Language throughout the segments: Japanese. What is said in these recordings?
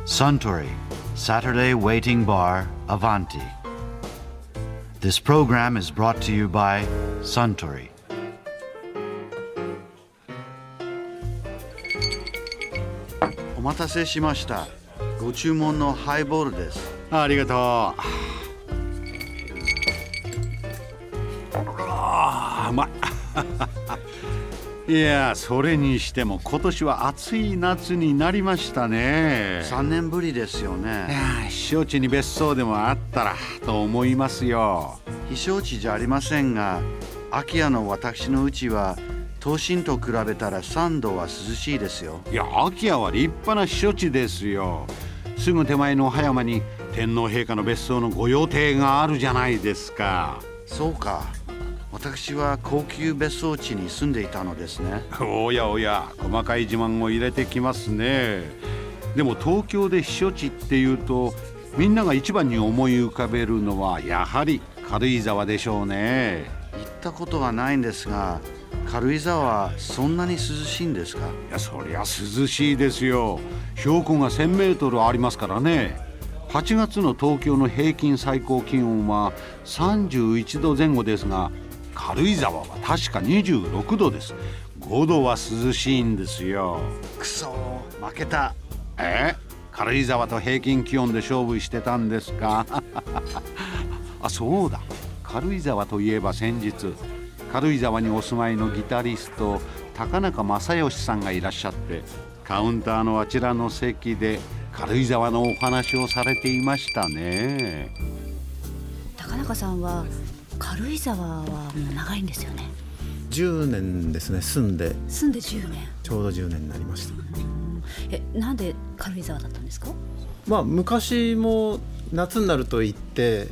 Suntory Saturday Waiting Bar Avanti. This program is brought to you by Suntory. お待たせしました。ご注文のハイボールです。 ありがとう。うまい。いや、それにしても今年は暑い夏になりましたね。 3年ぶりですよね。 避暑地に別荘でもあったらと思いますよ。 避暑地じゃありませんが、秋谷の私の家は東進と比べたら3度は涼しいですよ。 いや、秋谷は立派な避暑地ですよ。すぐ手前の葉山に天皇陛下の別荘の御用邸があるじゃないですか。 そうか。私は高級別荘地に住んでいたのですね。 おやおや、細かい自慢を入れてきますね。でも東京で避暑地っていうと、みんなが一番に思い浮かべるのはやはり軽井沢でしょうね。 行ったことはないんですが、軽井沢はそんなに涼しいんですか？ いや、そりゃ涼しいですよ。標高が1000メートルありますからね。8月の東京の平均最高気温は31度前後ですが、軽井沢は確か26度です。5度は涼しいんですよ。 くそー、負けた。 軽井沢と平均気温で勝負してたんですか？あ、そうだ。軽井沢といえば先日、軽井沢にお住まいのギタリスト高中正義さんがいらっしゃって、カウンターのあちらの席で軽井沢のお話をされていましたね。 高中さんは軽井沢はもう長いんですよね。 10年ですね。住んで 10年。 ちょうど10年になりました。 なんで軽井沢だったんですか？ 昔も夏になると行って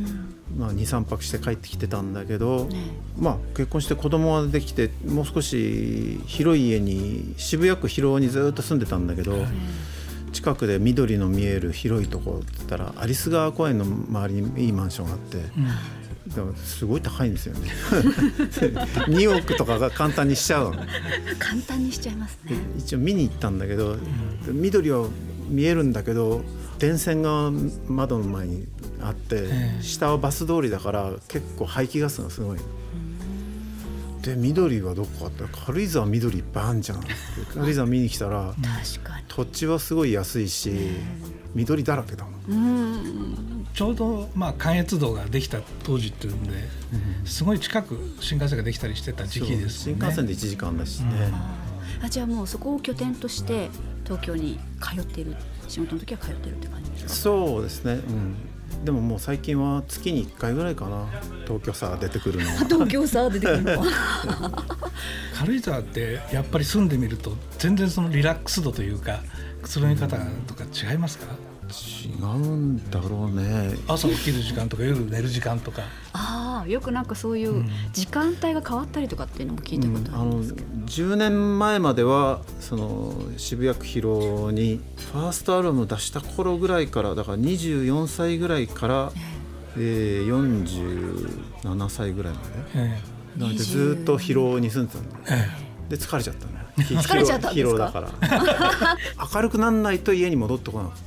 、2、3泊して帰ってきてたんだけど、結婚して子供ができて、もう少し広い家に渋谷区広尾にずっと住んでたんだけど、近くで緑の見える広いところって言ったら有栖川公園の周りにいいマンションがあって、でもすごい高いんですよね。2億とかが簡単にしちゃうの。 簡単にしちゃいますね。 一応見に行ったんだけど、緑は見えるんだけど、電線が窓の前にあって、下はバス通りだから結構排気ガスがすごい。で、緑はどこかって、軽井沢緑いっぱいあんじゃん。軽井沢見に来たら確かに土地はすごい安いし、緑だらけだもん。 ちょうど関越道ができた当時っていうんで、すごい近く新幹線ができたりしてた時期ですもんね。 新幹線で1時間だしね。 じゃあもうそこを拠点として東京に通っている、仕事の時は通っているって感じですか？そうですね、でももう最近は月に1回ぐらいかな、東京さ出てくるのは。 東京さ出てくるのは軽井沢ってやっぱり住んでみると全然そのリラックス度というか、くつろぎ方とか違いますか？ 違うんだろうね。 朝起きる時間とか夜寝る時間とか。 よくなんかそういう時間帯が変わったりとかっていうのも聞いたことあります。 10年前まではその渋谷区広尾にファーストアルバム出した頃ぐらいから、だから24歳ぐらいから、47歳ぐらいまで、なのでずっと広尾に住んでたんだ、で疲れちゃったね。 疲れちゃったんですか？ 広尾だから明るくなんないと家に戻ってこなかった。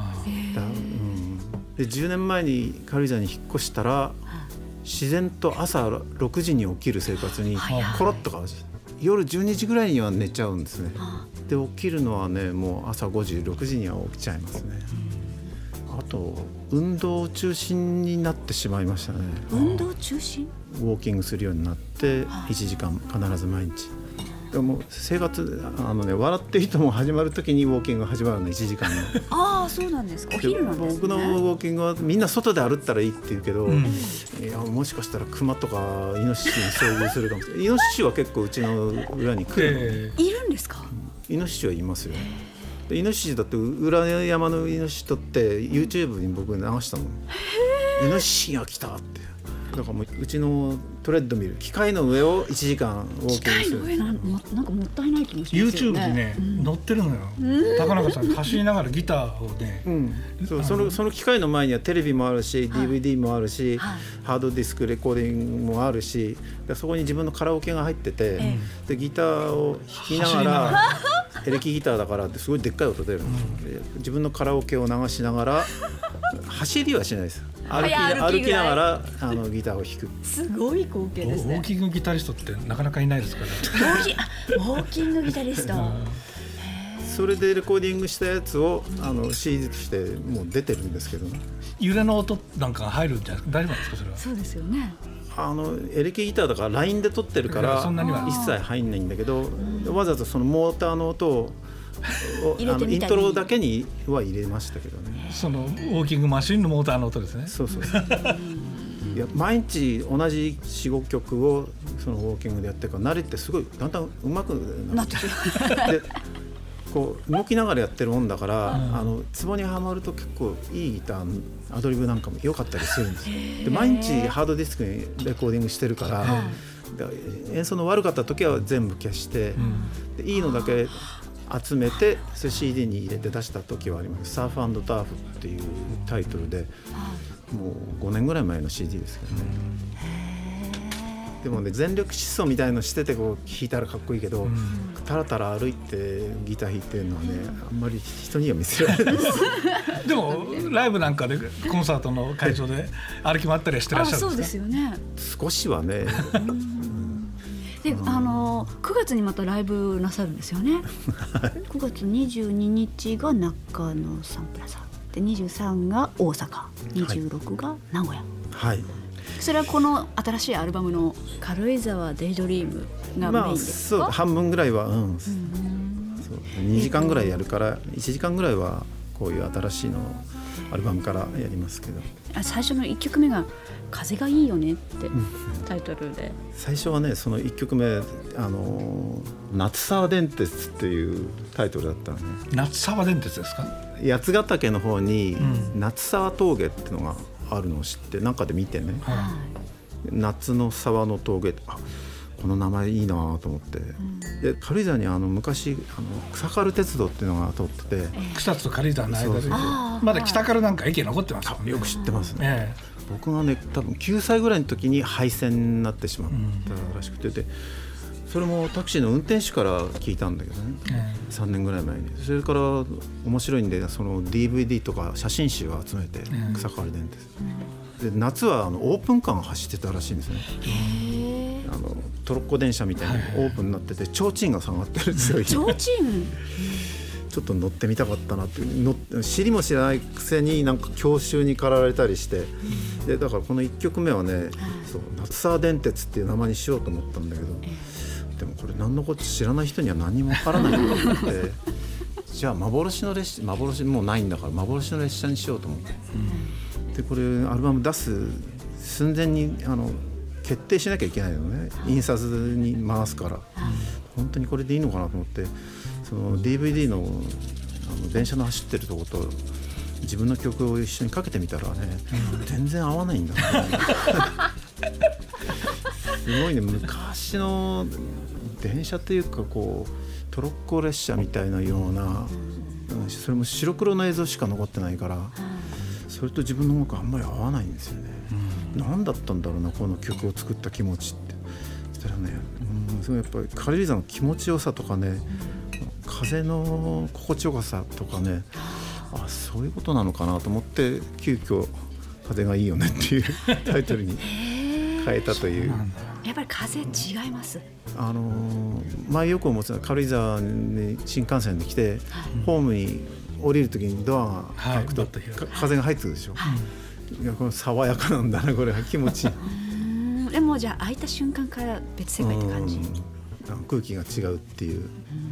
で10年前に軽井沢に引っ越したら、自然と朝6時に起きる生活にコロッと変わる。夜12時ぐらいには寝ちゃうんですね。で起きるのはね、もう朝5時6時には起きちゃいますね。あと運動中心になってしまいましたね。 運動中心？ ウォーキングするようになって1時間必ず毎日。でも生活笑っていいとも始まる時にウォーキングが始まるの、1時間の。 そうなんですか。お昼なんですね。 僕のウォーキングはみんな外で歩ったらいいって言うけど、いやもしかしたらクマとかイノシシに遭遇するかもしれない。イノシシは結構うちの裏に来るいるんですか？ イノシシはいますよ。でイノシシだって裏山のイノシシ撮って YouTube に僕流したの。イノシシが来たって。 だからもうちのトレッドミル、機械の上を1時間ウォーキングする。 機械の上なんかもったいない気もしますよね。 YouTube にね、載ってるのよ。高中さん走りながらギターをね、 その機械の前にはテレビもあるし、DVD もあるし、ハードディスクレコーディングもあるし、そこに自分のカラオケが入ってて、でギターを弾きながらエレキギターだからってすごいでっかい音出るの、自分のカラオケを流しながら走りはしないです。歩きながらギターを弾く。 すごい光景ですね。 ウォーキングギタリストってなかなかいないですからウォーキングギタリストそれでレコーディングしたやつをCD としてもう出てるんですけどね。 揺れの音なんかが入るんじゃないですか。大丈夫なんですかそれは。 そうですよね。 エレキギターだからラインで撮ってるから一切入んないんだけど、わざとそのモーターの音をイントロだけには入れましたけどね。 そのウォーキングマシンのモーターの音ですね。 そういや毎日同じ 4,5 曲をそのウォーキングでやってるから慣れてすごいだんだん上手くなってでこう動きながらやってるもんだから、ツボにはまると結構いいギターアドリブなんかも良かったりするんですよ。で毎日ハードディスクにレコーディングしてるから、演奏の悪かった時は全部消して、でいいのだけ集めてそれ CD に入れて出した時はあります。サーフ&ターフっていうタイトルでもう5年ぐらい前の CD ですけどね。でもね全力疾走みたいのしててこう弾いたらかっこいいけど、タラタラ歩いてギター弾いてるのはねあんまり人には見せられないですでもライブなんかでコンサートの会場で歩き回ったりしてらっしゃるんですか。 そうですよね。 少しはねで9月にまたライブなさるんですよね9月22日が中野サンプラザで、23が大阪、26が名古屋。 はい、 それはこの新しいアルバムの軽井沢デイドリームがメインですか。 そう半分ぐらいは、そう2時間ぐらいやるから1時間ぐらいはこういう新しいのアルバムからやりますけど、 最初の1曲目が風がいいよねってタイトルで、 最初はねその1曲目夏沢電鉄っていうタイトルだったのね。 夏沢電鉄ですか。 八ヶ岳の方に夏沢峠っていうのがあるのを知ってなんかで見てね、夏の沢の峠、この名前いいなと思って、で軽井沢に昔草軽鉄道っていうのが通ってて、 草津と軽井沢の間でまだ北軽なんか駅残ってますもんね。 よく知ってますね、僕がね多分9歳ぐらいの時に廃線になってしまったらしくて、でそれもタクシーの運転手から聞いたんだけどね、3年ぐらい前に。それから面白いんでその DVD とか写真集を集めて、草軽電鉄、で夏はオープンカーが走ってたらしいんですね。トロッコ電車みたいにオープンになってて提灯が下がってるんですよ。 提灯ちょっと乗ってみたかったなって、知りも知らないくせになんか教習に駆られたりして、でだからこの1曲目はね、夏沢電鉄っていう名前にしようと思ったんだけど、でもこれ何のこと知らない人には何もわからないと思ってじゃあ幻の列車、幻もうないんだから幻の列車にしようと思って、でこれアルバム出す寸前に決定しなきゃいけないのね、印刷に回すから、本当にこれでいいのかなと思って、その DVD の電車の走ってるとこと自分の曲を一緒にかけてみたらね、全然合わないんだ、ね、すごいね、昔の電車っていうかこうトロッコ列車みたいなような、それも白黒の映像しか残ってないから、それと自分の音楽あんまり合わないんですよね。何だったんだろうなこの曲を作った気持ちって。そしたらね、すごいやっぱり軽井沢の気持ちよさとかね、風の心地よさとかね、そういうことなのかなと思って急遽風がいいよねっていうタイトルに変えたという。 やっぱり風違います。 前よく思ってた軽井沢に新幹線で来て、ホームに降りるときにドアが開くと、風が入ってくるでしょ、いやこれ爽やかなんだな、これは気持ちいいでもじゃあ開いた瞬間から別世界って感じ、 空気が違うっていう。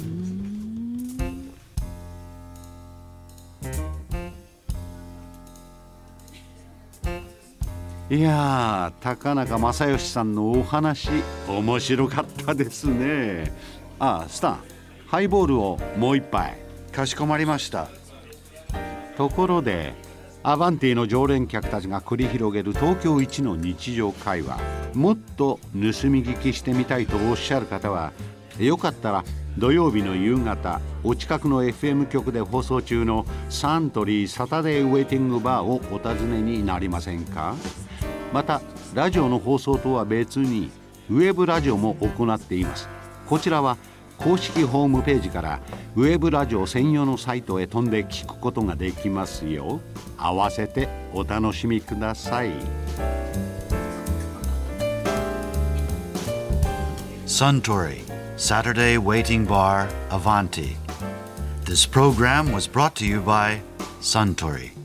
いやー、高中正義さんのお話面白かったですね。スタン、ハイボールをもう一杯。 かしこまりました。 ところでアバンティの常連客たちが繰り広げる東京一の日常会話、もっと盗み聞きしてみたいとおっしゃる方は、よかったら土曜日の夕方、お近くの FM 局で放送中のサントリーサタデーウェイティングバーをお尋ねになりませんか。またラジオの放送とは別にウェブラジオも行っています。こちらは公式ホームページからウェブラジオ専用のサイトへ飛んで聞くことができますよ。合わせてお楽しみください。 Suntory Saturday Waiting Bar Avanti. This program was brought to you by Suntory.